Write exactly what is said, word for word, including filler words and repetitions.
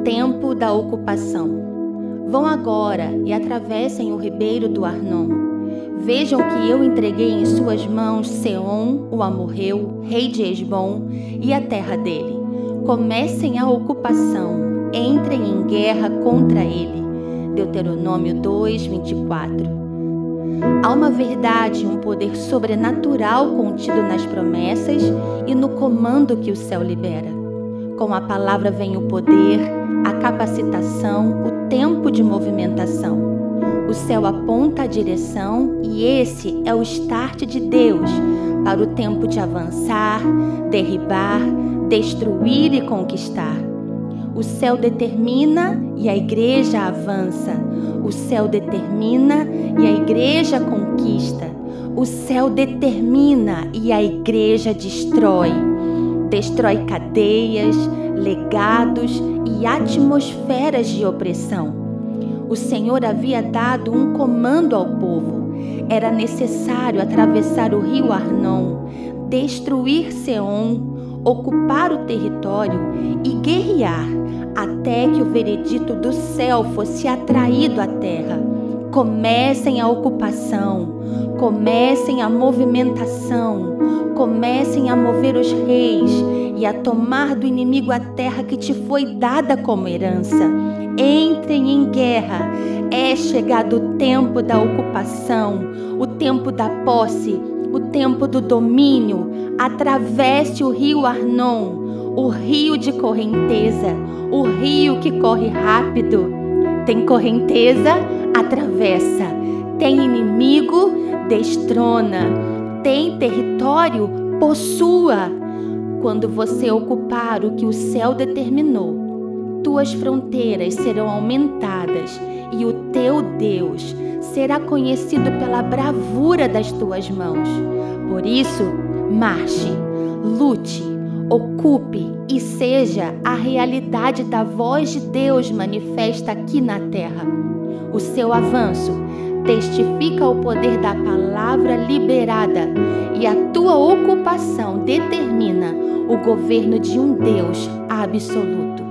tempo da ocupação. Vão agora e atravessem o ribeiro do Arnon. Vejam que eu entreguei em suas mãos Seom, o amorreu, rei de Hesbom, e a terra dele. Comecem a ocupação, entrem em guerra contra ele. Deuteronômio dois, vinte e quatro. Há uma verdade e um poder sobrenatural contido nas promessas e no comando que o céu libera. Com a palavra vem o poder, a capacitação, o tempo de movimentação. O céu aponta a direção e esse é o start de Deus para o tempo de avançar, derribar, destruir e conquistar. O céu determina e a igreja avança. O céu determina e a igreja conquista. O céu determina e a igreja destrói. Destrói cadeias, legados e atmosferas de opressão. O Senhor havia dado um comando ao povo. Era necessário atravessar o rio Arnon, destruir Seom, ocupar o território e guerrear até que o veredito do céu fosse atraído à terra. Comecem a ocupação, comecem a movimentação, comecem a mover os reis e a tomar do inimigo a terra que te foi dada como herança. Entrem em guerra, é chegado o tempo da ocupação, o tempo da posse, o tempo do domínio. Atravesse o rio Arnon, o rio de correnteza, o rio que corre rápido. Tem correnteza? Atravessa. Tem inimigo? Destrona. Tem território? Possua. Quando você ocupar o que o céu determinou, tuas fronteiras serão aumentadas e o teu Deus será conhecido pela bravura das tuas mãos. Por isso, marche, lute, ocupe e seja a realidade da voz de Deus manifesta aqui na terra. O seu avanço testifica o poder da palavra liberada e a tua ocupação determina o governo de um Deus absoluto.